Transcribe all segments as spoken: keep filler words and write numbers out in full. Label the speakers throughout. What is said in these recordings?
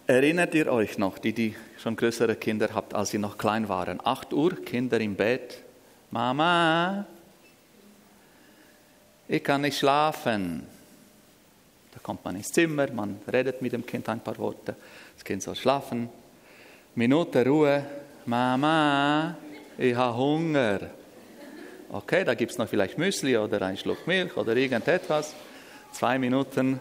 Speaker 1: Erinnert ihr euch noch, die, die schon größere Kinder habt, als sie noch klein waren? acht Uhr, Kinder im Bett. Mama, ich kann nicht schlafen. Da kommt man ins Zimmer, man redet mit dem Kind ein paar Worte. Das Kind soll schlafen. Minute Ruhe. Mama, ich habe Hunger. Okay, da gibt es noch vielleicht Müsli oder einen Schluck Milch oder irgendetwas. Zwei Minuten.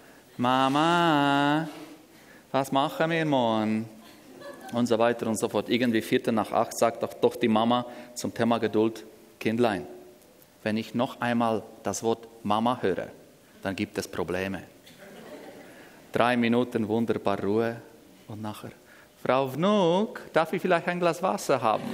Speaker 1: Mama, was machen wir morgen? Und so weiter und so fort. Irgendwie Viertel nach acht sagt doch, doch die Mama zum Thema Geduld: Kindlein, wenn ich noch einmal das Wort Mama höre, dann gibt es Probleme. Drei Minuten wunderbar Ruhe und nachher: Frau Vnuk, darf ich vielleicht ein Glas Wasser haben?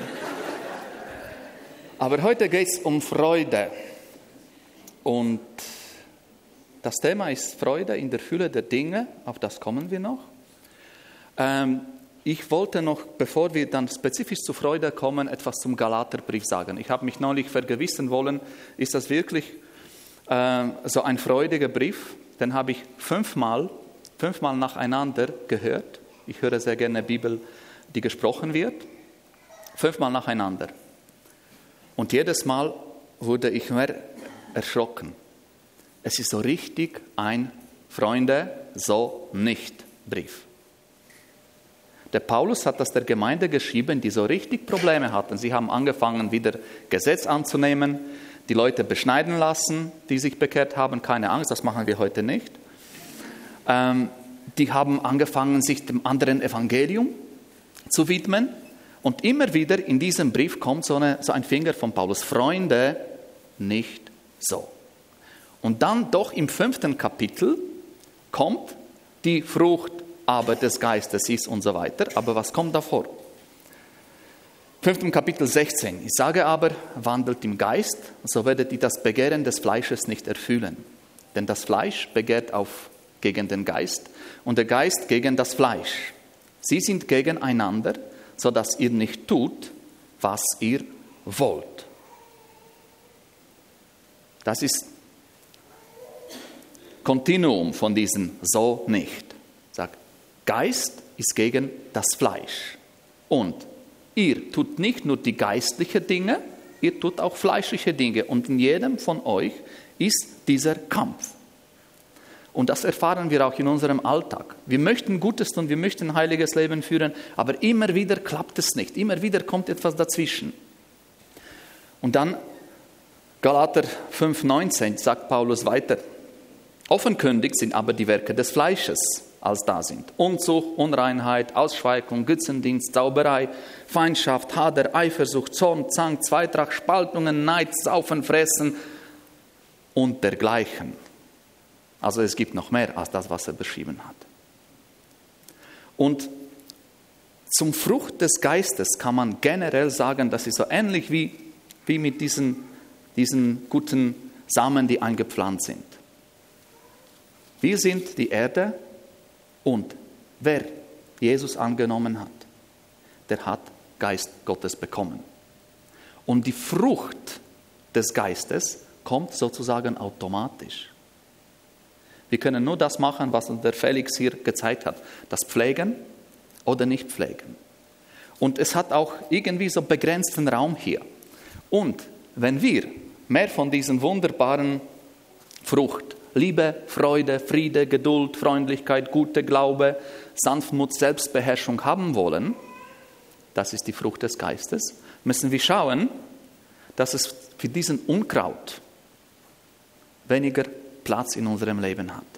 Speaker 1: Aber heute geht es um Freude. Und das Thema ist Freude in der Fülle der Dinge. Auf das kommen wir noch. Ähm, ich wollte noch, bevor wir dann spezifisch zu Freude kommen, etwas zum Galaterbrief sagen. Ich habe mich neulich vergewissern wollen, ist das wirklich äh, so ein freudiger Brief? Den habe ich fünfmal, fünfmal nacheinander gehört. Ich höre sehr gerne Bibel, die gesprochen wird. Fünfmal nacheinander. Und jedes Mal wurde ich mehr erschrocken. Es ist so richtig ein Freunde, so nicht Brief. Der Paulus hat das der Gemeinde geschrieben, die so richtig Probleme hatten. Sie haben angefangen, wieder Gesetz anzunehmen, die Leute beschneiden lassen, die sich bekehrt haben. Keine Angst, das machen wir heute nicht. Ähm, die haben angefangen, sich dem anderen Evangelium zu widmen. Und immer wieder in diesem Brief kommt so, eine, so ein Finger von Paulus: Freunde, nicht so. Und dann doch im fünften Kapitel kommt die Frucht aber des Geistes ist und so weiter. Aber was kommt davor? Fünften Kapitel sechzehn. Ich sage aber, wandelt im Geist, so werdet ihr das Begehren des Fleisches nicht erfüllen. Denn das Fleisch begehrt auf gegen den Geist und der Geist gegen das Fleisch. Sie sind gegeneinander, sodass ihr nicht tut, was ihr wollt. Das ist Kontinuum von diesem so nicht. Sagt, Geist ist gegen das Fleisch. Und ihr tut nicht nur die geistlichen Dinge, ihr tut auch fleischliche Dinge. Und in jedem von euch ist dieser Kampf. Und das erfahren wir auch in unserem Alltag. Wir möchten Gutes tun, wir möchten ein heiliges Leben führen, aber immer wieder klappt es nicht. Immer wieder kommt etwas dazwischen. Und dann Galater fünf neunzehn sagt Paulus weiter: Offenkundig sind aber die Werke des Fleisches, als da sind: Unzucht, Unreinheit, Ausschweifung, Götzendienst, Zauberei, Feindschaft, Hader, Eifersucht, Zorn, Zank, Zweitracht, Spaltungen, Neid, Saufen, Fressen und dergleichen. Also es gibt noch mehr als das, was er beschrieben hat. Und zum Frucht des Geistes kann man generell sagen, das ist so ähnlich wie, wie mit diesen, diesen guten Samen, die eingepflanzt sind. Wir sind die Erde und wer Jesus angenommen hat, der hat Geist Gottes bekommen. Und die Frucht des Geistes kommt sozusagen automatisch. Wir können nur das machen, was uns der Felix hier gezeigt hat. Das pflegen oder nicht pflegen. Und es hat auch irgendwie so begrenzten Raum hier. Und wenn wir mehr von diesen wunderbaren Frucht, Liebe, Freude, Friede, Geduld, Freundlichkeit, Gute, Glaube, Sanftmut, Selbstbeherrschung haben wollen, das ist die Frucht des Geistes, müssen wir schauen, dass es für diesen Unkraut weniger Platz in unserem Leben hat.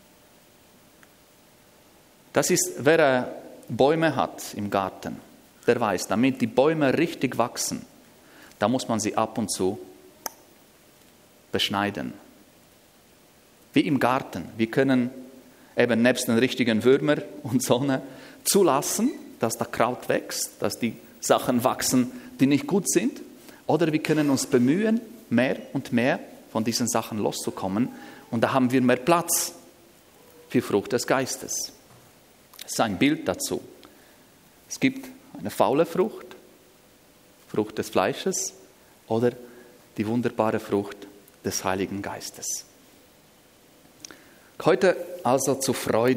Speaker 1: Das ist, wer Bäume hat im Garten, der weiß, damit die Bäume richtig wachsen, da muss man sie ab und zu beschneiden. Wie im Garten. Wir können eben nebst den richtigen Würmer und Sonne zulassen, dass da Kraut wächst, dass die Sachen wachsen, die nicht gut sind. Oder wir können uns bemühen, mehr und mehr von diesen Sachen loszukommen. Und da haben wir mehr Platz für Frucht des Geistes. Das ist ein Bild dazu. Es gibt eine faule Frucht, Frucht des Fleisches oder die wunderbare Frucht des Heiligen Geistes. Heute also zur Freude.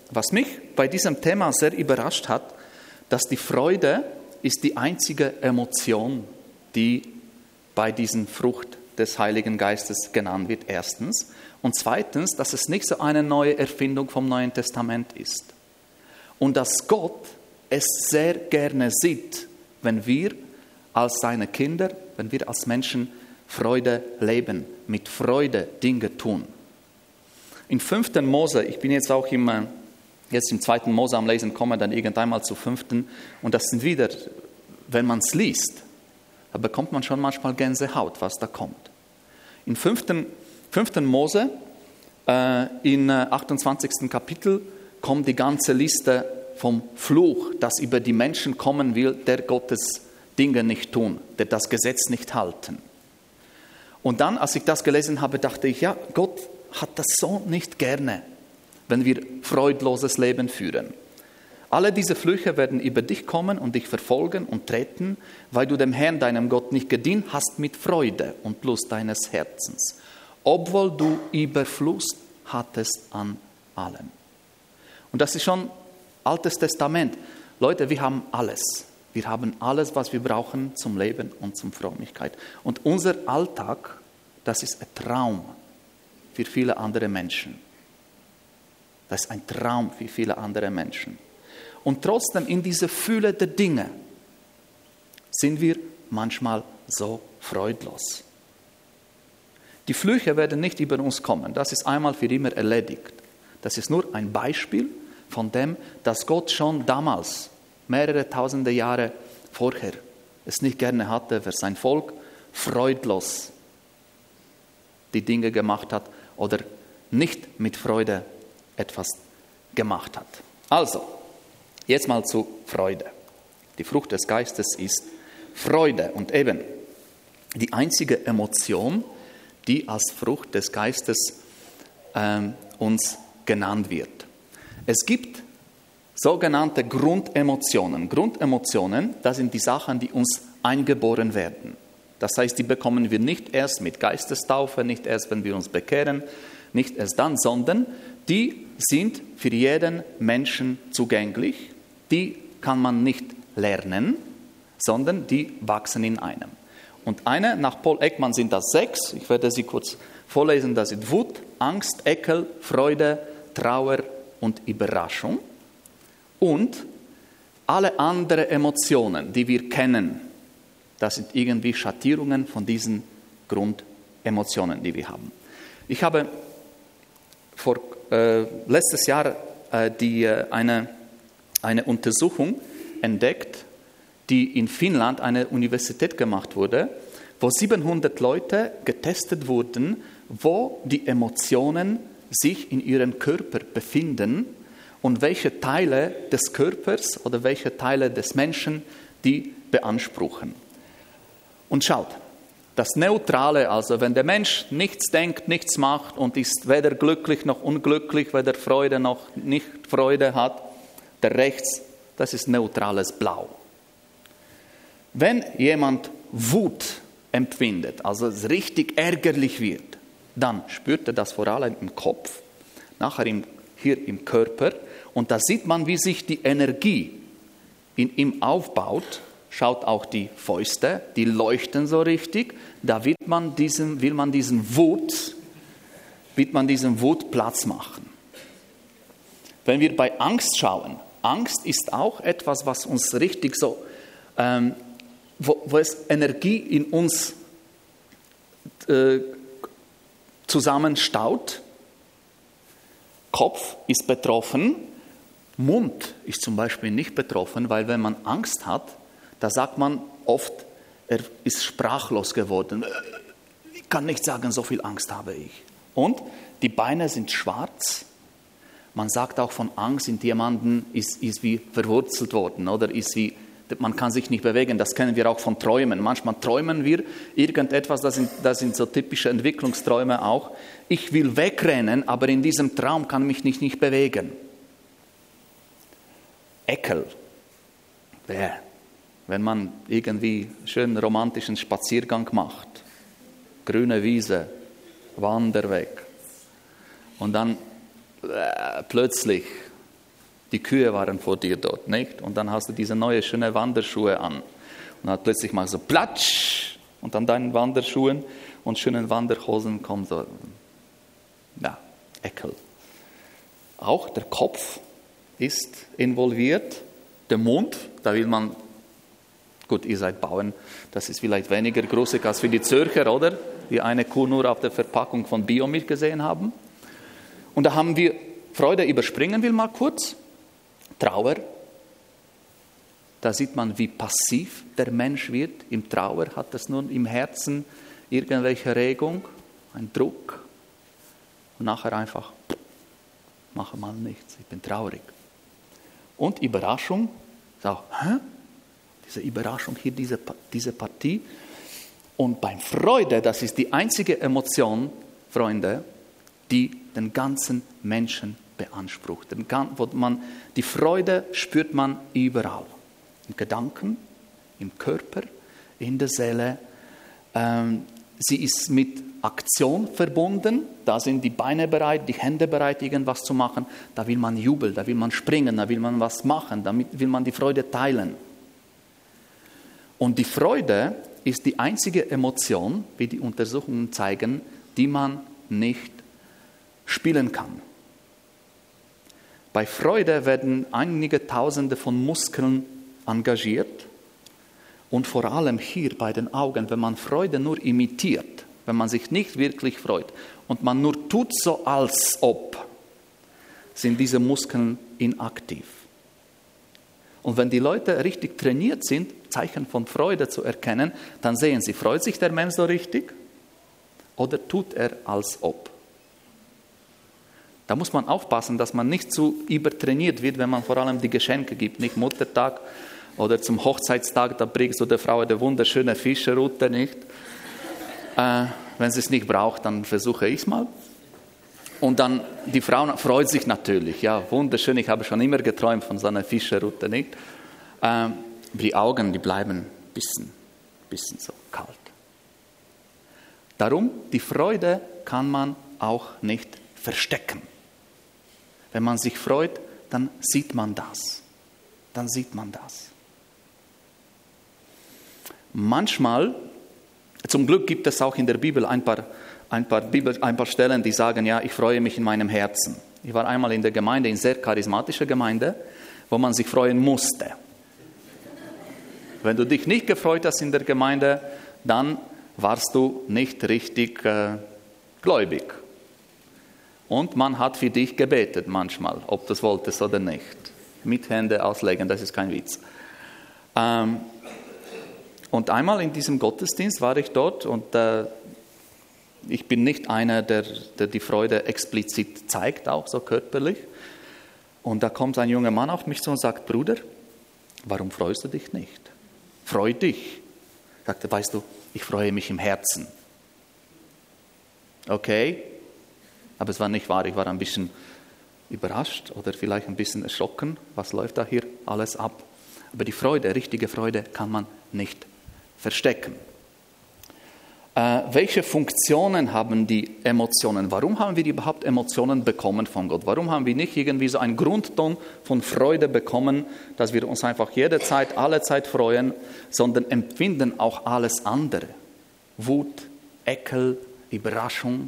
Speaker 1: was mich bei diesem Thema sehr überrascht hat, dass die Freude ist die einzige Emotion, die bei diesen Frucht des Heiligen Geistes genannt wird, erstens. Und zweitens, dass es nicht so eine neue Erfindung vom Neuen Testament ist. Und dass Gott es sehr gerne sieht, wenn wir als seine Kinder, wenn wir als Menschen Freude leben, mit Freude Dinge tun. In fünften Mose, ich bin jetzt auch im, jetzt im zweiten Mose am Lesen, komme dann irgendwann mal zu fünften. Und das sind wieder, wenn man es liest, da bekommt man schon manchmal Gänsehaut, was da kommt. Im fünften, fünften Mose, äh, in achtundzwanzigsten Kapitel, kommt die ganze Liste vom Fluch, das über die Menschen kommen will, der Gottes Dinge nicht tun, der das Gesetz nicht halten. Und dann, als ich das gelesen habe, dachte ich, ja, Gott hat das so nicht gerne, wenn wir freudloses Leben führen. Alle diese Flüche werden über dich kommen und dich verfolgen und treten, weil du dem Herrn, deinem Gott, nicht gedient hast mit Freude und Lust deines Herzens, obwohl du Überfluss hattest an allem. Und das ist schon Altes Testament. Leute, wir haben alles. Wir haben alles, was wir brauchen zum Leben und zum Frömmigkeit. Und unser Alltag, das ist ein Traum für viele andere Menschen. Das ist ein Traum für viele andere Menschen. Und trotzdem in dieser Fülle der Dinge sind wir manchmal so freudlos. Die Flüche werden nicht über uns kommen. Das ist einmal für immer erledigt. Das ist nur ein Beispiel von dem, dass Gott schon damals, mehrere tausende Jahre vorher, es nicht gerne hatte, für sein Volk freudlos die Dinge gemacht hat oder nicht mit Freude etwas gemacht hat. Also, jetzt mal zu Freude. Die Frucht des Geistes ist Freude und eben die einzige Emotion, die als Frucht des Geistes ähm, uns genannt wird. Es gibt sogenannte Grundemotionen. Grundemotionen, das sind die Sachen, die uns eingeboren werden. Das heißt, die bekommen wir nicht erst mit Geistestaufe, nicht erst, wenn wir uns bekehren, nicht erst dann, sondern die sind für jeden Menschen zugänglich. Die kann man nicht lernen, sondern die wachsen in einem. Und eine, nach Paul Ekman sind das sechs, ich werde sie kurz vorlesen, das sind Wut, Angst, Ekel, Freude, Trauer und Überraschung. Und alle anderen Emotionen, die wir kennen, das sind irgendwie Schattierungen von diesen Grundemotionen, die wir haben. Ich habe vor äh, letztes Jahr äh, die, äh, eine, eine Untersuchung entdeckt, die in Finnland eine Universität gemacht wurde, wo siebenhundert Leute getestet wurden, wo die Emotionen sich in ihrem Körper befinden und welche Teile des Körpers oder welche Teile des Menschen die beanspruchen. Und schaut, das Neutrale, also wenn der Mensch nichts denkt, nichts macht und ist weder glücklich noch unglücklich, weder Freude noch nicht Freude hat, der rechts, das ist neutrales Blau. Wenn jemand Wut empfindet, also es richtig ärgerlich wird, dann spürt er das vor allem im Kopf, nachher im, hier im Körper. Und da sieht man, wie sich die Energie in ihm aufbaut. Schaut auch die Fäuste, die leuchten so richtig. Da will man diesen, will man diesen Wut, will man diesen Wut Platz machen. Wenn wir bei Angst schauen, Angst ist auch etwas, was uns richtig so, ähm, wo, wo es Energie in uns äh, zusammenstaut. Kopf ist betroffen, Mund ist zum Beispiel nicht betroffen, weil wenn man Angst hat, da sagt man oft, er ist sprachlos geworden. Ich kann nicht sagen, so viel Angst habe ich. Und die Beine sind schwarz. Man sagt auch von Angst, in jemanden ist, ist wie verwurzelt worden oder ist wie, man kann sich nicht bewegen. Das kennen wir auch von Träumen. Manchmal träumen wir irgendetwas, das sind, das sind so typische Entwicklungsträume auch. Ich will wegrennen, aber in diesem Traum kann ich mich nicht bewegen. Ekel. Bäh. Wenn man irgendwie schön romantischen Spaziergang macht, grüne Wiese, Wanderweg und dann äh, plötzlich Die Kühe waren vor dir dort, nicht? Und dann hast du diese neue schöne Wanderschuhe an. Und dann plötzlich machst du Platsch und an deinen Wanderschuhen und schönen Wanderhosen kommt so, ja, Ekel. Auch der Kopf ist involviert, der Mund, da will man, gut, ihr seid Bauern, das ist vielleicht weniger gruselig als für die Zürcher, oder? Die eine Kuh nur auf der Verpackung von Biomilch gesehen haben. Und da haben wir, Freude überspringen will mal kurz, Trauer. Da sieht man, wie passiv der Mensch wird. Im Trauer hat es nur im Herzen irgendwelche Regung, ein Druck. Und nachher einfach, mache mal nichts, ich bin traurig. Und Überraschung, so, hä? Diese Überraschung hier, diese, diese Partie. Und beim Freude, das ist die einzige Emotion, Freunde, die den ganzen Menschen beansprucht. Den, wo man, die Freude spürt man überall. In Gedanken, im Körper, in der Seele. Ähm, sie ist mit Aktion verbunden. Da sind die Beine bereit, die Hände bereit, irgendwas zu machen. Da will man jubeln, da will man springen, da will man was machen, damit will man die Freude teilen. Und die Freude ist die einzige Emotion, wie die Untersuchungen zeigen, die man nicht spielen kann. Bei Freude werden einige Tausende von Muskeln engagiert und vor allem hier bei den Augen, wenn man Freude nur imitiert, wenn man sich nicht wirklich freut und man nur tut so, als ob, sind diese Muskeln inaktiv. Und wenn die Leute richtig trainiert sind, Zeichen von Freude zu erkennen, dann sehen sie, freut sich der Mensch so richtig oder tut er als ob? Da muss man aufpassen, dass man nicht zu übertrainiert wird, wenn man vor allem die Geschenke gibt. Nicht Muttertag oder zum Hochzeitstag, da bringst du der Frau eine wunderschöne Fischerrute, nicht? Äh, wenn sie es nicht braucht, dann versuche ich es mal. Und dann, die Frau freut sich natürlich, ja, wunderschön, ich habe schon immer geträumt von so einer Fischerrute, nicht? Äh, die Augen, die bleiben ein bisschen, bisschen so kalt. Darum, die Freude kann man auch nicht verstecken. Wenn man sich freut, dann sieht man das. Dann sieht man das. Manchmal, zum Glück gibt es auch in der Bibel ein paar, ein paar, Bibel, ein paar Stellen, die sagen, ja, ich freue mich in meinem Herzen. Ich war einmal in der Gemeinde, in sehr charismatischer Gemeinde, wo man sich freuen musste. Wenn du dich nicht gefreut hast in der Gemeinde, dann warst du nicht richtig äh, gläubig. Und man hat für dich gebetet manchmal, ob du es wolltest oder nicht. Mit Hände auslegen, das ist kein Witz. Ähm, und einmal in diesem Gottesdienst war ich dort und äh, ich bin nicht einer, der, der die Freude explizit zeigt, auch so körperlich. Und da kommt ein junger Mann auf mich zu und sagt, Bruder, warum freust du dich nicht? Freu dich. Sagte, weißt du, ich freue mich im Herzen. Okay, aber es war nicht wahr, ich war ein bisschen überrascht oder vielleicht ein bisschen erschrocken. Was läuft da hier alles ab? Aber die Freude, richtige Freude kann man nicht verstecken. Äh, welche Funktionen haben die Emotionen? Warum haben wir überhaupt Emotionen bekommen von Gott? Warum haben wir nicht irgendwie so einen Grundton von Freude bekommen, dass wir uns einfach jederzeit, alle Zeit freuen, sondern empfinden auch alles andere? Wut, Ekel, Überraschung.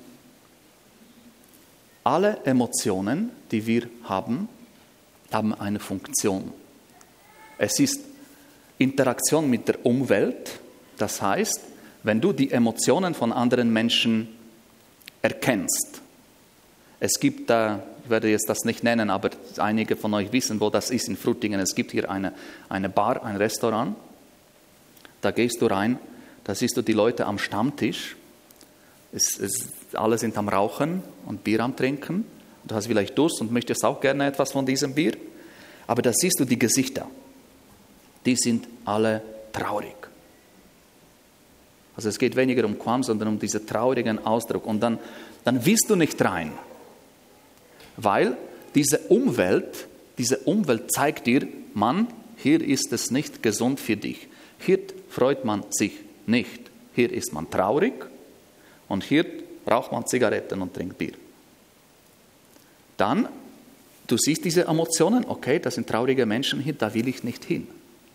Speaker 1: Alle Emotionen, die wir haben, haben eine Funktion. Es ist Interaktion mit der Umwelt. Das heißt, wenn du die Emotionen von anderen Menschen erkennst. Es gibt da, ich werde jetzt das nicht nennen, aber einige von euch wissen, wo das ist in Frutigen. Es gibt hier eine, eine Bar, ein Restaurant. Da gehst du rein, da siehst du die Leute am Stammtisch. Es, es, alle sind am Rauchen und Bier am Trinken. Du hast vielleicht Durst und möchtest auch gerne etwas von diesem Bier. Aber da siehst du die Gesichter. Die sind alle traurig. Also es geht weniger um Qualm, sondern um diesen traurigen Ausdruck. Und dann, dann willst du nicht rein. Weil diese Umwelt, diese Umwelt zeigt dir, Mann, hier ist es nicht gesund für dich. Hier freut man sich nicht. Hier ist man traurig. Und hier raucht man Zigaretten und trinkt Bier. Dann du siehst diese Emotionen, okay, das sind traurige Menschen hier, da will ich nicht hin.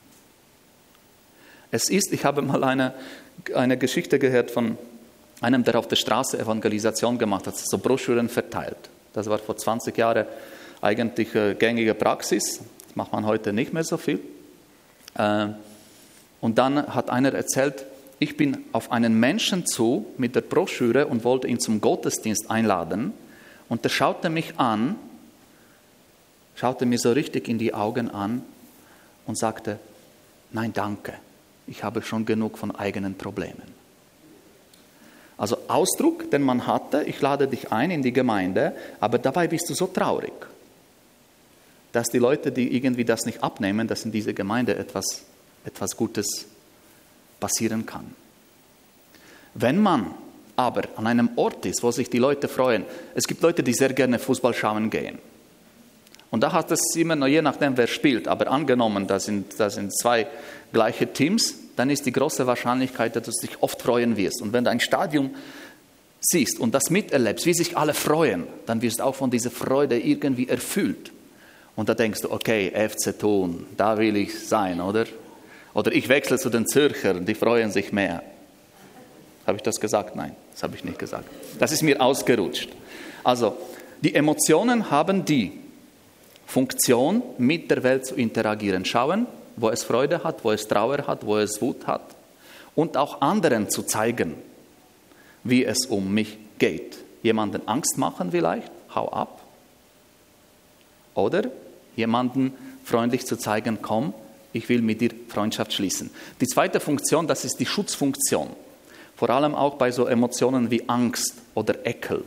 Speaker 1: Es ist, ich habe mal eine, eine Geschichte gehört von einem, der auf der Straße Evangelisation gemacht hat, so Broschüren verteilt. Das war vor zwanzig Jahren eigentlich äh, gängige Praxis. Das macht man heute nicht mehr so viel. Äh, und dann hat einer erzählt, ich bin auf einen Menschen zu mit der Broschüre und wollte ihn zum Gottesdienst einladen. Und der schaute mich an, schaute mir so richtig in die Augen an und sagte, nein, danke, ich habe schon genug von eigenen Problemen. Also Ausdruck, den man hatte, ich lade dich ein in die Gemeinde, aber dabei bist du so traurig, dass die Leute, die irgendwie das nicht abnehmen, dass in dieser Gemeinde etwas, etwas Gutes passieren kann. Wenn man aber an einem Ort ist, wo sich die Leute freuen, es gibt Leute, die sehr gerne Fußball schauen gehen. Und da hat es immer noch, je nachdem wer spielt, aber angenommen, da sind, da sind zwei gleiche Teams, dann ist die große Wahrscheinlichkeit, dass du dich oft freuen wirst. Und wenn du ein Stadion siehst und das miterlebst, wie sich alle freuen, dann wirst du auch von dieser Freude irgendwie erfüllt. Und da denkst du, okay, F C Thun, da will ich sein, oder? Oder ich wechsle zu den Zürchern, die freuen sich mehr. Habe ich das gesagt? Nein, das habe ich nicht gesagt. Das ist mir ausgerutscht. Also, die Emotionen haben die Funktion, mit der Welt zu interagieren. Schauen, wo es Freude hat, wo es Trauer hat, wo es Wut hat. Und auch anderen zu zeigen, wie es um mich geht. Jemanden Angst machen vielleicht, hau ab. Oder jemanden freundlich zu zeigen, komm, ich will mit dir Freundschaft schließen. Die zweite Funktion, das ist die Schutzfunktion. Vor allem auch bei so Emotionen wie Angst oder Ekel.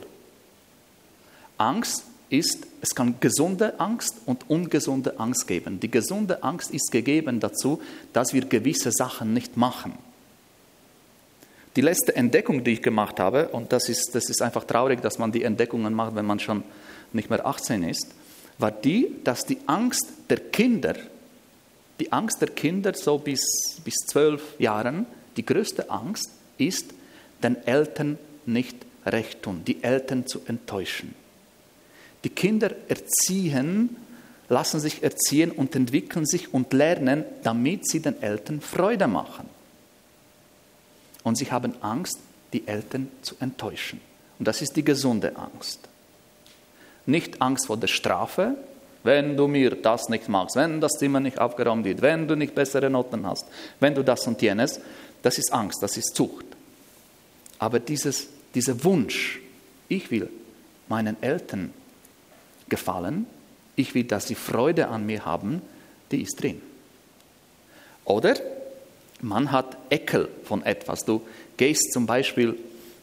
Speaker 1: Angst ist, es kann gesunde Angst und ungesunde Angst geben. Die gesunde Angst ist gegeben dazu, dass wir gewisse Sachen nicht machen. Die letzte Entdeckung, die ich gemacht habe, und das ist, das ist einfach traurig, dass man die Entdeckungen macht, wenn man schon nicht mehr achtzehn ist, war die, dass die Angst der Kinder, die Angst der Kinder so bis, bis zwölf Jahren, die größte Angst ist, den Eltern nicht recht tun, die Eltern zu enttäuschen. Die Kinder erziehen, lassen sich erziehen und entwickeln sich und lernen, damit sie den Eltern Freude machen. Und sie haben Angst, die Eltern zu enttäuschen. Und das ist die gesunde Angst. Nicht Angst vor der Strafe, wenn du mir das nicht machst, wenn das Zimmer nicht aufgeräumt wird, wenn du nicht bessere Noten hast, wenn du das und jenes. Das ist Angst, das ist Zucht. Aber dieses, dieser Wunsch, ich will meinen Eltern gefallen, ich will, dass sie Freude an mir haben, die ist drin. Oder man hat Ekel von etwas. Du gehst zum Beispiel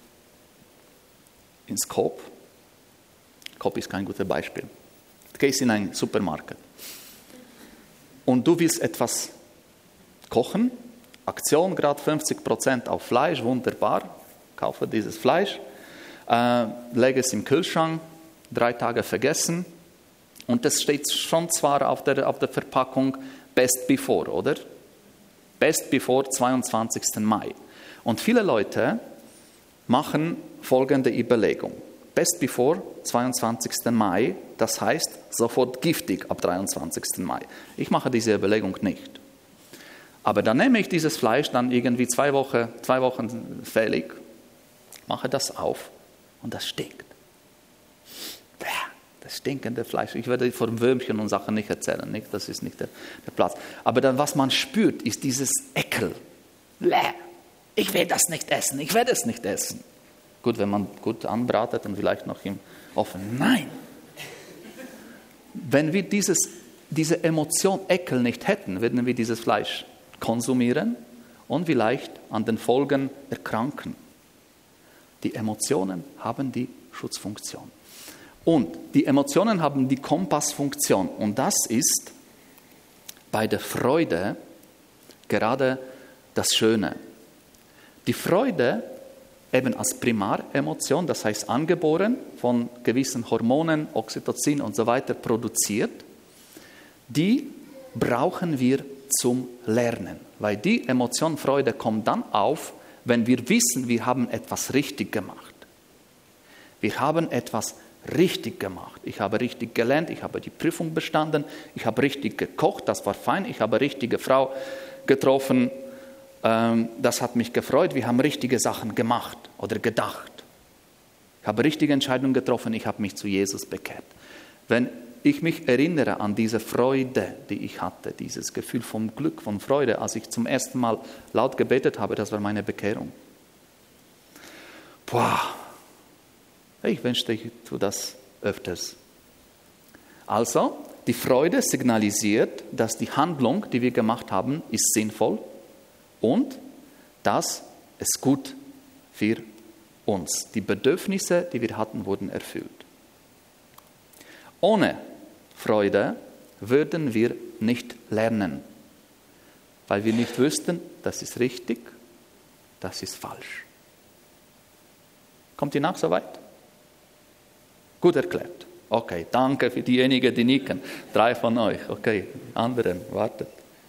Speaker 1: ins Coop. Coop ist kein gutes Beispiel. Du gehst in einen Supermarkt und du willst etwas kochen. Aktion, gerade fünfzig Prozent auf Fleisch, wunderbar. Kaufe dieses Fleisch, äh, lege es im Kühlschrank, drei Tage vergessen. Und das steht schon zwar auf der, auf der Verpackung Best Before, oder? Best Before zweiundzwanzigsten Mai. Und viele Leute machen folgende Überlegung. Best Before zweiundzwanzigsten Mai, das heißt sofort giftig ab dreiundzwanzigsten Mai. Ich mache diese Überlegung nicht. Aber dann nehme ich dieses Fleisch dann irgendwie zwei Wochen, zwei Wochen fällig, mache das auf und das stinkt. Das stinkende Fleisch. Ich werde von Würmchen und Sachen nicht erzählen, nicht? Das ist nicht der, der Platz. Aber dann, was man spürt, ist dieses Ekel. Ich will das nicht essen, ich werde es nicht essen. Gut, wenn man gut anbratet und vielleicht noch im Ofen. Nein! Wenn wir dieses, diese Emotion Ekel nicht hätten, würden wir dieses Fleisch konsumieren und vielleicht an den Folgen erkranken. Die Emotionen haben die Schutzfunktion. Und die Emotionen haben die Kompassfunktion. Und das ist bei der Freude gerade das Schöne. Die Freude eben als Primaremotion, das heißt angeboren, von gewissen Hormonen, Oxytocin und so weiter produziert, die brauchen wir zum Lernen. Weil die Emotion Freude kommt dann auf, wenn wir wissen, wir haben etwas richtig gemacht. Wir haben etwas richtig gemacht. Ich habe richtig gelernt, ich habe die Prüfung bestanden, ich habe richtig gekocht, das war fein, ich habe eine richtige Frau getroffen, ähm, das hat mich gefreut, wir haben richtige Sachen gemacht oder gedacht. Ich habe richtige Entscheidungen getroffen, ich habe mich zu Jesus bekehrt. Wenn ich mich erinnere an diese Freude, die ich hatte, dieses Gefühl von Glück, von Freude, als ich zum ersten Mal laut gebetet habe, das war meine Bekehrung. Boah, ich wünschte, ich tue das öfters. Also, die Freude signalisiert, dass die Handlung, die wir gemacht haben, ist sinnvoll und dass es gut für uns. Die Bedürfnisse, die wir hatten, wurden erfüllt. Ohne Freude würden wir nicht lernen, weil wir nicht wüssten, das ist richtig, das ist falsch. Kommt ihr nach soweit? Gut erklärt. Okay, danke für diejenigen, die nicken. Drei von euch. Okay, anderen, wartet.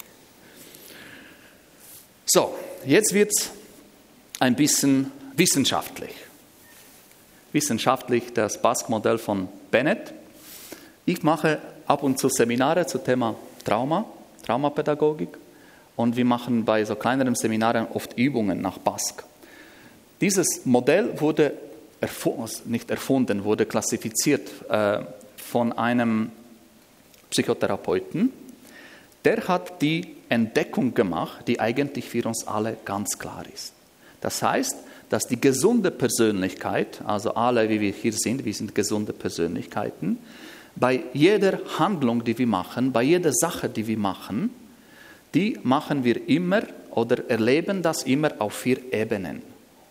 Speaker 1: So, jetzt wird es ein bisschen wissenschaftlich. Wissenschaftlich das Basque-Modell von Bennett. Ich mache ab und zu Seminare zum Thema Trauma, Traumapädagogik. Und wir machen bei so kleineren Seminaren oft Übungen nach Basque. Dieses Modell wurde erfunden, nicht erfunden, wurde klassifiziert äh, von einem Psychotherapeuten. Der hat die Entdeckung gemacht, die eigentlich für uns alle ganz klar ist. Das heißt, dass die gesunde Persönlichkeit, also alle, wie wir hier sind, wir sind gesunde Persönlichkeiten, bei jeder Handlung, die wir machen, bei jeder Sache, die wir machen, die machen wir immer oder erleben das immer auf vier Ebenen.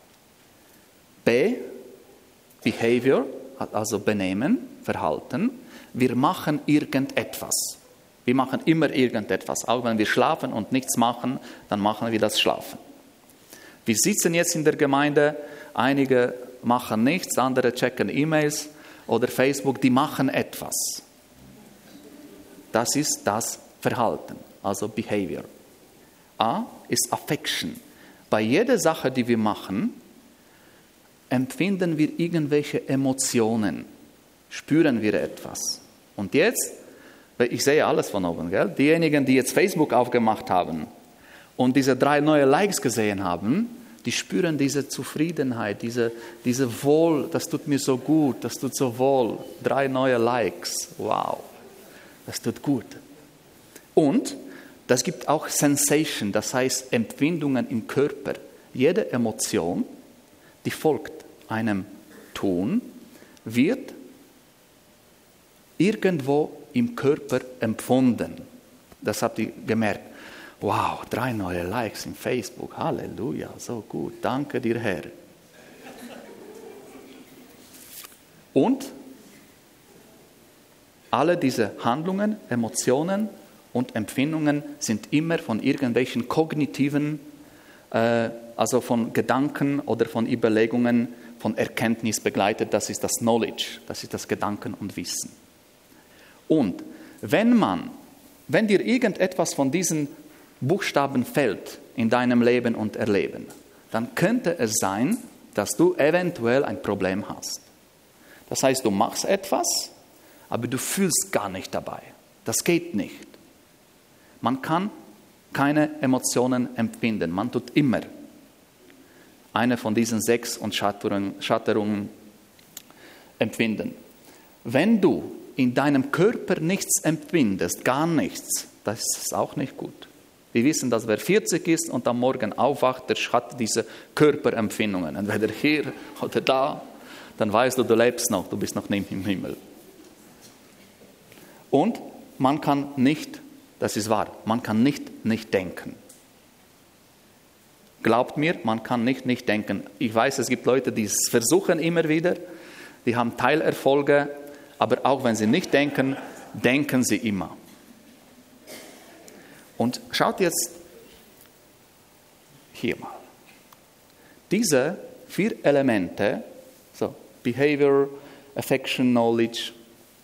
Speaker 1: B, Behavior, also Benehmen, Verhalten. Wir machen irgendetwas. Wir machen immer irgendetwas. Auch wenn wir schlafen und nichts machen, dann machen wir das Schlafen. Wir sitzen jetzt in der Gemeinde, einige machen nichts, andere checken E-Mails oder Facebook, die machen etwas. Das ist das Verhalten, also Behavior. A ist Affection. Bei jeder Sache, die wir machen, empfinden wir irgendwelche Emotionen, spüren wir etwas. Und jetzt, ich sehe alles von oben, gell? Diejenigen, die jetzt Facebook aufgemacht haben und diese drei neue Likes gesehen haben, die spüren diese Zufriedenheit, diese, diese Wohl, das tut mir so gut, das tut so wohl. Drei neue Likes, wow, das tut gut. Und das gibt auch Sensation, das heißt Empfindungen im Körper. Jede Emotion, die folgt einem Tun, wird irgendwo im Körper empfunden. Das habt ihr gemerkt. Wow, drei neue Likes in Facebook. Halleluja, so gut. Danke dir, Herr. Und alle diese Handlungen, Emotionen und Empfindungen sind immer von irgendwelchen kognitiven, äh, also von Gedanken oder von Überlegungen, von Erkenntnis begleitet. Das ist das Knowledge, das ist das Gedanken und Wissen. Und wenn man, wenn dir irgendetwas von diesen Buchstaben fällt in deinem Leben und Erleben, dann könnte es sein, dass du eventuell ein Problem hast. Das heißt, du machst etwas, aber du fühlst gar nicht dabei. Das geht nicht. Man kann keine Emotionen empfinden. Man tut immer eine von diesen sechs und Schatterungen, Schatterungen empfinden. Wenn du in deinem Körper nichts empfindest, gar nichts, das ist auch nicht gut. Wir wissen, dass wer vierzig ist und am Morgen aufwacht, der hat diese Körperempfindungen. Entweder hier oder da, dann weißt du, du lebst noch, du bist noch nicht im Himmel. Und man kann nicht, das ist wahr, man kann nicht nicht denken. Glaubt mir, man kann nicht nicht denken. Ich weiß, es gibt Leute, die es versuchen immer wieder, die haben Teilerfolge, aber auch wenn sie nicht denken, denken sie immer. Und schaut jetzt hier mal. Diese vier Elemente, so Behavior, Affection, Knowledge,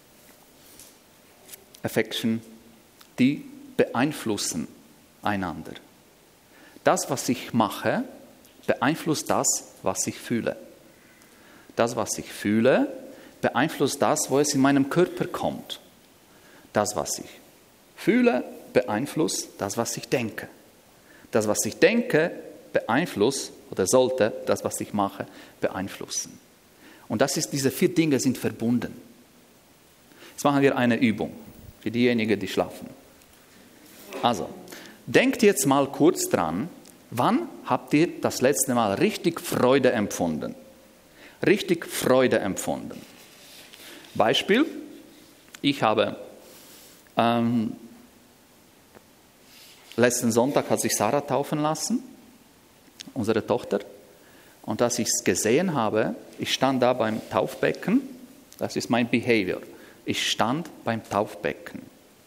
Speaker 1: Affection, die beeinflussen einander. Das, was ich mache, beeinflusst das, was ich fühle. Das, was ich fühle, beeinflusst das, wo es in meinem Körper kommt. Das, was ich fühle, beeinflusst das, was ich denke. Das, was ich denke, beeinflusst oder sollte das, was ich mache, beeinflussen. Und das ist, diese vier Dinge sind verbunden. Jetzt machen wir eine Übung für diejenigen, die schlafen. Also, denkt jetzt mal kurz dran, wann habt ihr das letzte Mal richtig Freude empfunden? Richtig Freude empfunden. Beispiel, ich habe ähm, letzten Sonntag hat sich Sarah taufen lassen, unsere Tochter. Und als ich es gesehen habe, ich stand da beim Taufbecken, das ist mein Behavior. Ich stand beim Taufbecken.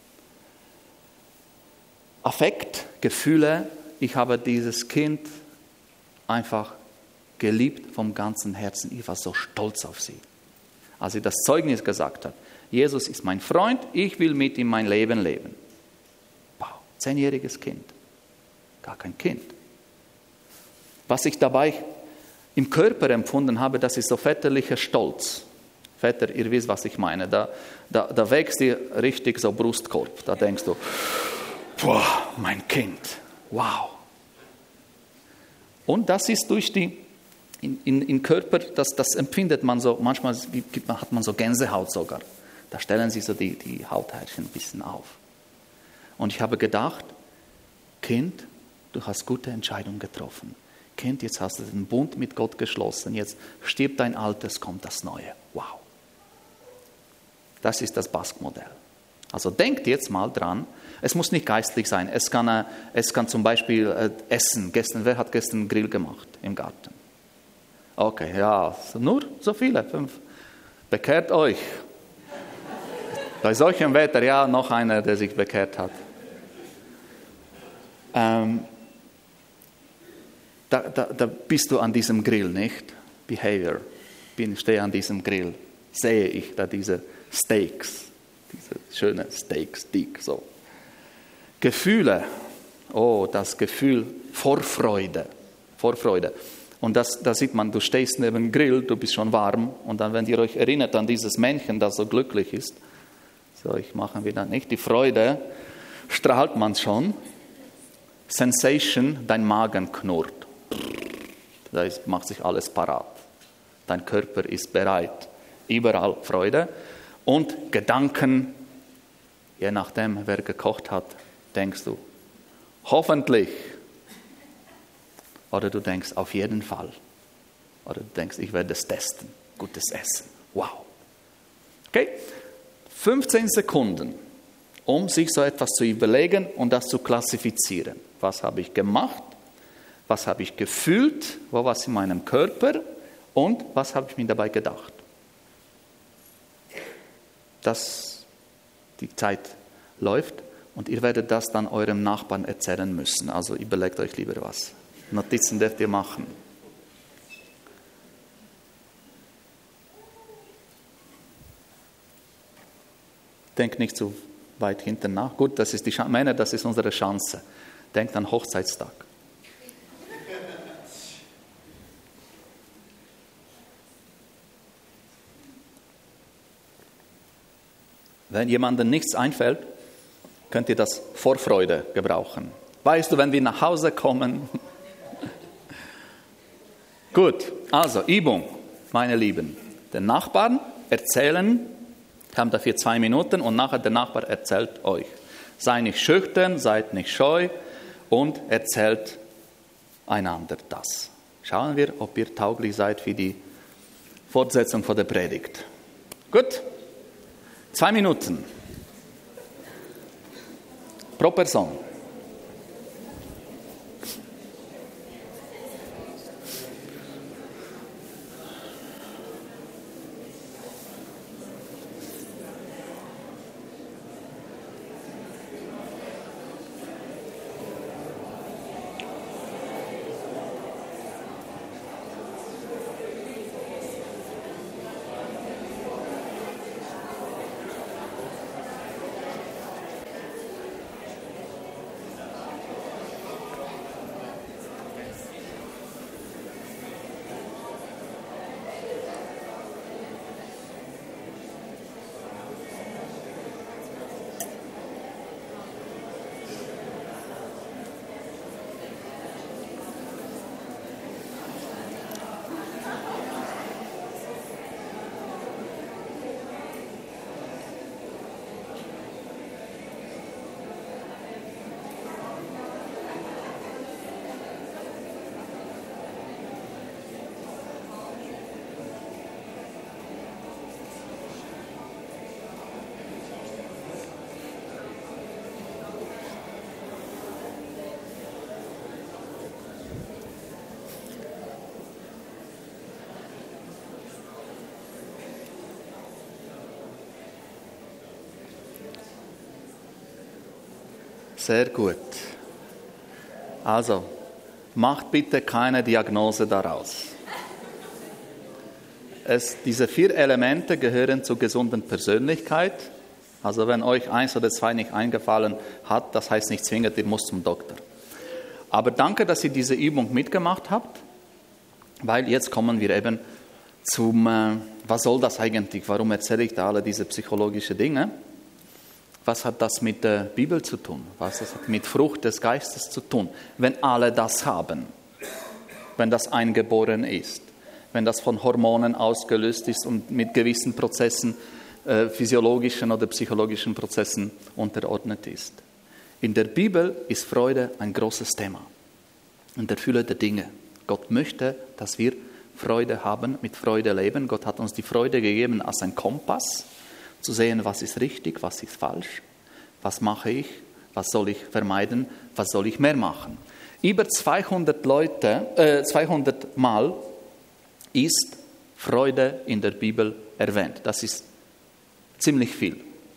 Speaker 1: Affekt, Gefühle, ich habe dieses Kind einfach geliebt vom ganzen Herzen. Ich war so stolz auf sie. Als sie das Zeugnis gesagt hat, Jesus ist mein Freund, ich will mit ihm mein Leben leben. Wow, zehnjähriges Kind. Gar kein Kind. Was ich dabei im Körper empfunden habe, das ist so väterlicher Stolz. Väter, ihr wisst, was ich meine. Da, da, da wächst dir richtig so Brustkorb. Da denkst du, boah, mein Kind, wow. Und das ist durch die, in, in, in Körper, das, das empfindet man so, manchmal hat man so Gänsehaut sogar. Da stellen sich so die, die Hauthärchen ein bisschen auf. Und ich habe gedacht, Kind, du hast gute Entscheidungen getroffen. Kind, jetzt hast du den Bund mit Gott geschlossen, jetzt stirbt dein Altes, kommt das Neue. Wow. Das ist das Bask-Modell. Also denkt jetzt mal dran, es muss nicht geistlich sein, es kann, äh, es kann zum Beispiel äh, Essen. Gestern, wer hat gestern einen Grill gemacht im Garten? Okay, ja, nur so viele, fünf. Bekehrt euch. Bei solchem Wetter, ja, noch einer, der sich bekehrt hat. Ähm, da, da, da bist du an diesem Grill, nicht? Behavior. Bin, stehe an diesem Grill. Sehe ich da diese Steaks, diese schönen Steaks, dick, so. Gefühle, oh, das Gefühl Vorfreude, Vorfreude. Und das, da sieht man, du stehst neben dem Grill, du bist schon warm. Und dann, wenn ihr euch erinnert an dieses Männchen, das so glücklich ist, so, ich mache wieder nicht, die Freude, strahlt man schon. Sensation, dein Magen knurrt. Da ist, macht sich alles parat. Dein Körper ist bereit. Überall Freude. Und Gedanken, je nachdem, wer gekocht hat, denkst du, hoffentlich. Oder du denkst, auf jeden Fall. Oder du denkst, ich werde es testen. Gutes Essen. Wow. Okay? fünfzehn Sekunden, um sich so etwas zu überlegen und das zu klassifizieren. Was habe ich gemacht? Was habe ich gefühlt? Wo war es in meinem Körper? Und was habe ich mir dabei gedacht? Dass die Zeit läuft und ihr werdet das dann eurem Nachbarn erzählen müssen. Also überlegt euch lieber was. Notizen dürft ihr machen. Denkt nicht zu weit hinten nach. Gut, das ist die Sch- Männer, das ist unsere Chance. Denkt an Hochzeitstag. Wenn jemandem nichts einfällt, könnt ihr das Vorfreude gebrauchen. Weißt du, wenn wir nach Hause kommen? Gut, also Übung, meine Lieben. Den Nachbarn erzählen, haben dafür zwei Minuten und nachher der Nachbar erzählt euch. Sei nicht schüchtern, seid nicht scheu und erzählt einander das. Schauen wir, ob ihr tauglich seid für die Fortsetzung von der Predigt. Gut? Zwei Minuten pro Person. Sehr gut. Also, macht bitte keine Diagnose daraus. Es, diese vier Elemente gehören zur gesunden Persönlichkeit. Also wenn euch eins oder zwei nicht eingefallen hat, das heißt nicht zwingend, ihr müsst zum Doktor. Aber danke, dass ihr diese Übung mitgemacht habt, weil jetzt kommen wir eben zum, äh, was soll das eigentlich? Warum erzähle ich da alle diese psychologischen Dinge? Was hat das mit der Bibel zu tun? Was hat mit Frucht des Geistes zu tun? Wenn alle das haben, wenn das eingeboren ist, wenn das von Hormonen ausgelöst ist und mit gewissen Prozessen, äh, physiologischen oder psychologischen Prozessen unterordnet ist. In der Bibel ist Freude ein großes Thema. In der Fülle der Dinge. Gott möchte, dass wir Freude haben, mit Freude leben. Gott hat uns die Freude gegeben als ein Kompass, zu sehen, was ist richtig, was ist falsch, was mache ich, was soll ich vermeiden, was soll ich mehr machen. Über zweihundert Leute, äh, zweihundert Mal ist Freude in der Bibel erwähnt. Das ist ziemlich viel.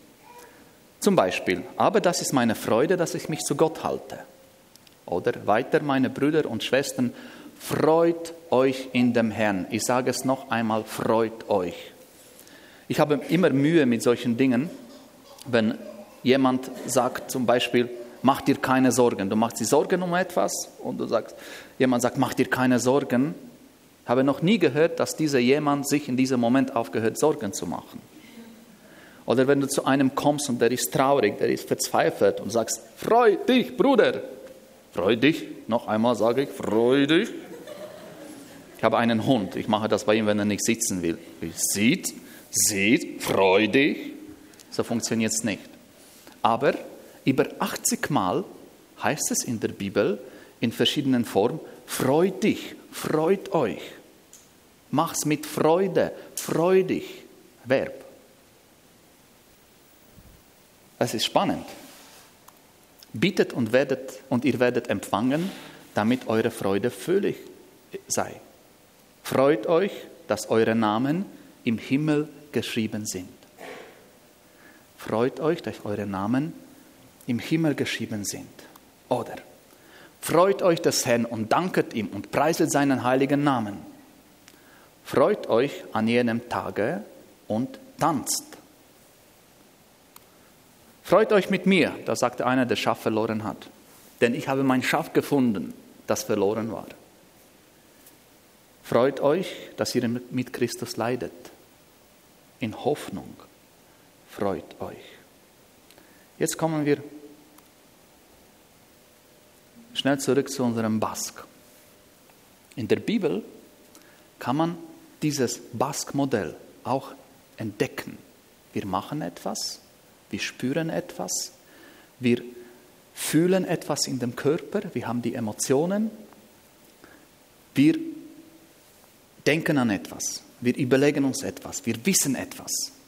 Speaker 1: Zum Beispiel, aber das ist meine Freude, dass ich mich zu Gott halte. Oder weiter, meine Brüder und Schwestern, freut euch in dem Herrn. Ich sage es noch einmal, freut euch. Ich habe immer Mühe mit solchen Dingen, wenn jemand sagt zum Beispiel, mach dir keine Sorgen. Du machst dir Sorgen um etwas und du sagst, jemand sagt, mach dir keine Sorgen. Ich habe noch nie gehört, dass dieser jemand sich in diesem Moment aufgehört, Sorgen zu machen. Oder wenn du zu einem kommst und der ist traurig, der ist verzweifelt und sagst, freu dich, Bruder. Freu dich. Noch einmal sage ich, freu dich. Ich habe einen Hund. Ich mache das bei ihm, wenn er nicht sitzen will. Ich sieht, sieht, freu dich. So funktioniert es nicht. Aber über achtzig Mal heißt es in der Bibel in verschiedenen Formen, freut dich, freut euch. Mach's mit Freude, freu dich. Verb. Es ist spannend. Bittet und, werdet, und ihr werdet empfangen, damit eure Freude völlig sei. Freut euch, dass eure Namen im Himmel geschrieben sind. Freut euch, dass eure Namen im Himmel geschrieben sind. Oder freut euch des Herrn und danket ihm und preiset seinen heiligen Namen. Freut euch an jenem Tage und tanzt. Freut euch mit mir, da sagte einer, der Schaf verloren hat. Denn ich habe mein Schaf gefunden, das verloren war. Freut euch, dass ihr mit Christus leidet. In Hoffnung. Freut euch. Jetzt kommen wir schnell zurück zu unserem Bask. In der Bibel kann man dieses Bask-Modell auch entdecken. Wir machen etwas. Wir spüren etwas, wir fühlen etwas in dem Körper, wir haben die Emotionen, wir denken an etwas, wir überlegen uns etwas, wir wissen etwas.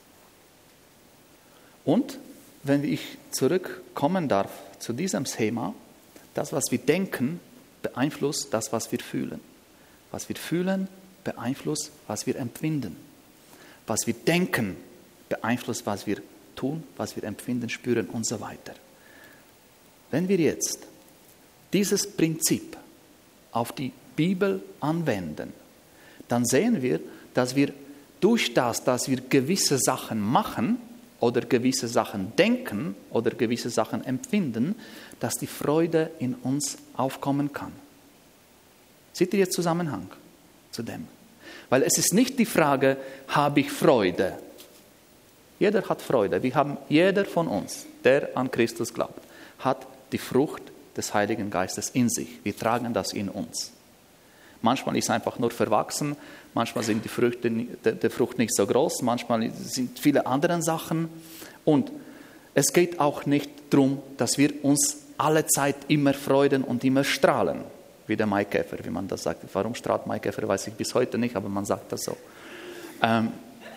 Speaker 1: Und wenn ich zurückkommen darf zu diesem Thema, das, was wir denken, beeinflusst das, was wir fühlen. Was wir fühlen, beeinflusst, was wir empfinden. Was wir denken, beeinflusst, was wir tun, was wir empfinden, spüren und so weiter. Wenn wir jetzt dieses Prinzip auf die Bibel anwenden, dann sehen wir, dass wir durch das, dass wir gewisse Sachen machen oder gewisse Sachen denken oder gewisse Sachen empfinden, dass die Freude in uns aufkommen kann. Seht ihr jetzt Zusammenhang zu dem? Weil es ist nicht die Frage, habe ich Freude? Jeder hat Freude. Wir haben, jeder von uns, der an Christus glaubt, hat die Frucht des Heiligen Geistes in sich. Wir tragen das in uns. Manchmal ist es einfach nur verwachsen, manchmal sind die Früchte der Frucht nicht so groß, manchmal sind viele andere Sachen. Und es geht auch nicht darum, dass wir uns alle Zeit immer freuen und immer strahlen, wie der Maikäfer, wie man das sagt. Warum strahlt Maikäfer, weiß ich bis heute nicht, aber man sagt das so. Ähm,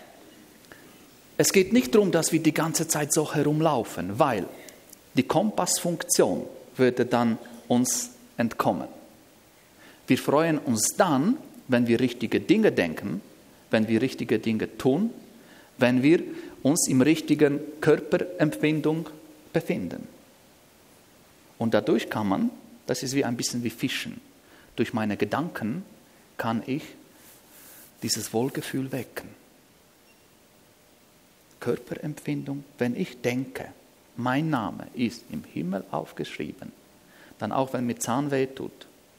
Speaker 1: Es geht nicht darum, dass wir die ganze Zeit so herumlaufen, weil die Kompassfunktion würde dann uns entkommen. Wir freuen uns dann, wenn wir richtige Dinge denken, wenn wir richtige Dinge tun, wenn wir uns im richtigen Körperempfindung befinden. Und dadurch kann man, das ist wie ein bisschen wie Fischen, durch meine Gedanken kann ich dieses Wohlgefühl wecken. Körperempfindung, wenn ich denke, mein Name ist im Himmel aufgeschrieben, dann auch wenn mir Zahnweh tut,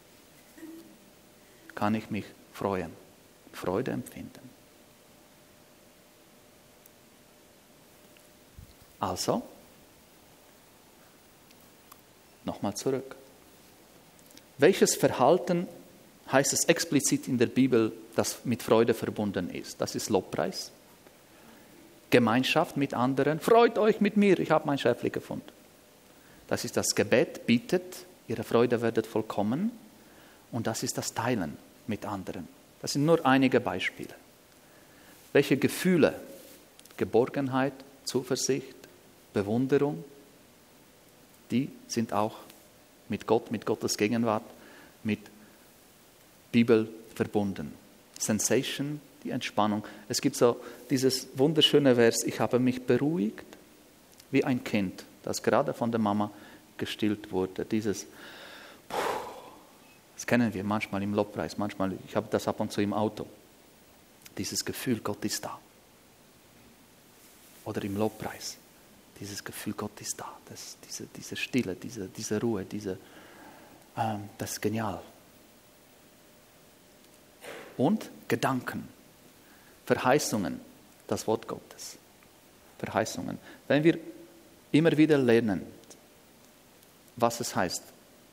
Speaker 1: kann ich mich freuen, Freude empfinden. Also, nochmal zurück. Welches Verhalten heißt es explizit in der Bibel, das mit Freude verbunden ist? Das ist Lobpreis, Gemeinschaft mit anderen. Freut euch mit mir, ich habe mein Schäfli gefunden. Das ist das Gebet, bittet, ihre Freude werdet vollkommen. Und das ist das Teilen mit anderen. Das sind nur einige Beispiele. Welche Gefühle? Geborgenheit, Zuversicht, Bewunderung, die sind auch mit Gott, mit Gottes Gegenwart, mit Bibel verbunden. Sensation, die Entspannung. Es gibt so dieses wunderschöne Vers, ich habe mich beruhigt wie ein Kind, das gerade von der Mama gestillt wurde. Dieses, das kennen wir manchmal im Lobpreis, manchmal, ich habe das ab und zu im Auto. Dieses Gefühl, Gott ist da. Oder im Lobpreis. Dieses Gefühl, Gott ist da. Das, diese, diese Stille, diese, diese Ruhe, diese, ähm, das ist genial. Und Gedanken, Verheißungen, das Wort Gottes. Verheißungen. Wenn wir immer wieder lernen, was es heißt,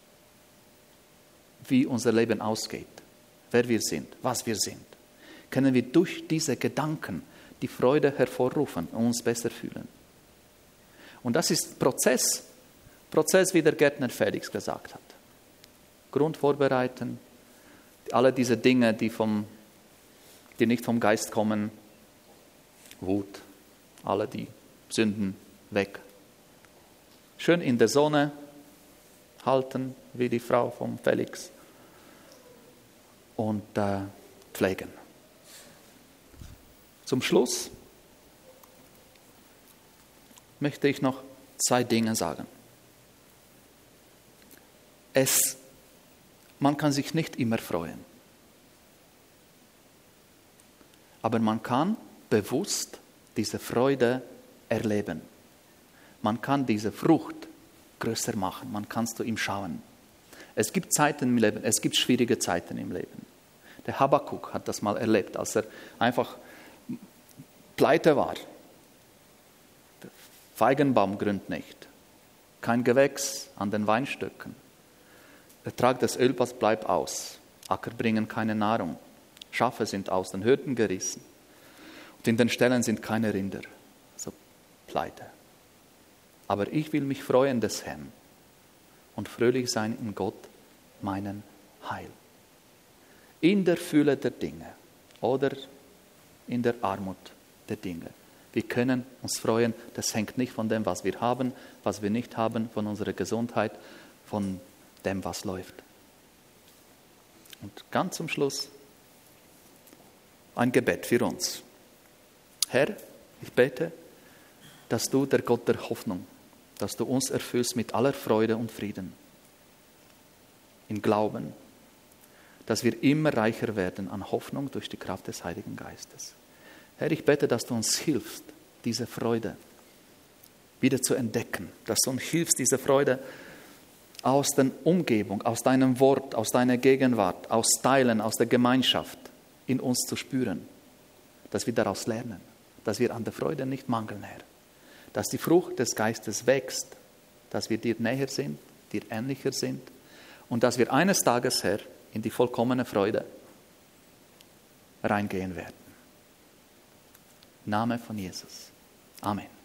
Speaker 1: wie unser Leben ausgeht, wer wir sind, was wir sind, können wir durch diese Gedanken die Freude hervorrufen und uns besser fühlen. Und das ist Prozess, Prozess, wie der Gärtner Felix gesagt hat. Grund vorbereiten, alle diese Dinge, die, vom, die nicht vom Geist kommen, Wut, alle die Sünden weg. Schön in der Sonne halten, wie die Frau vom Felix, und äh, pflegen. Zum Schluss möchte ich noch zwei Dinge sagen. Es, man kann sich nicht immer freuen, aber man kann bewusst diese Freude erleben. Man kann diese Frucht größer machen, man kann zu ihm schauen. Es gibt Zeiten im Leben, es gibt schwierige Zeiten im Leben. Der Habakuk hat das mal erlebt, als er einfach pleite war. Der Feigenbaum grünt nicht, kein Gewächs an den Weinstöcken. Der Ertrag des Ölbaus bleibt aus, Acker bringen keine Nahrung, Schafe sind aus den Hürden gerissen und in den Ställen sind keine Rinder. Also pleite. Aber ich will mich freuen des Herrn und fröhlich sein in Gott, meinen Heil. In der Fülle der Dinge oder in der Armut der Dinge. Wir können uns freuen, das hängt nicht von dem, was wir haben, was wir nicht haben, von unserer Gesundheit, von dem, was läuft. Und ganz zum Schluss ein Gebet für uns. Herr, ich bete, dass du der Gott der Hoffnung, dass du uns erfüllst mit aller Freude und Frieden, in Glauben, dass wir immer reicher werden an Hoffnung durch die Kraft des Heiligen Geistes. Herr, ich bete, dass du uns hilfst, diese Freude wieder zu entdecken, dass du uns hilfst, diese Freude aus der Umgebung, aus deinem Wort, aus deiner Gegenwart, aus Teilen, aus der Gemeinschaft in uns zu spüren, dass wir daraus lernen, dass wir an der Freude nicht mangeln, Herr, dass die Frucht des Geistes wächst, dass wir dir näher sind, dir ähnlicher sind und dass wir eines Tages, Herr, in die vollkommene Freude reingehen werden. Im Namen von Jesus. Amen.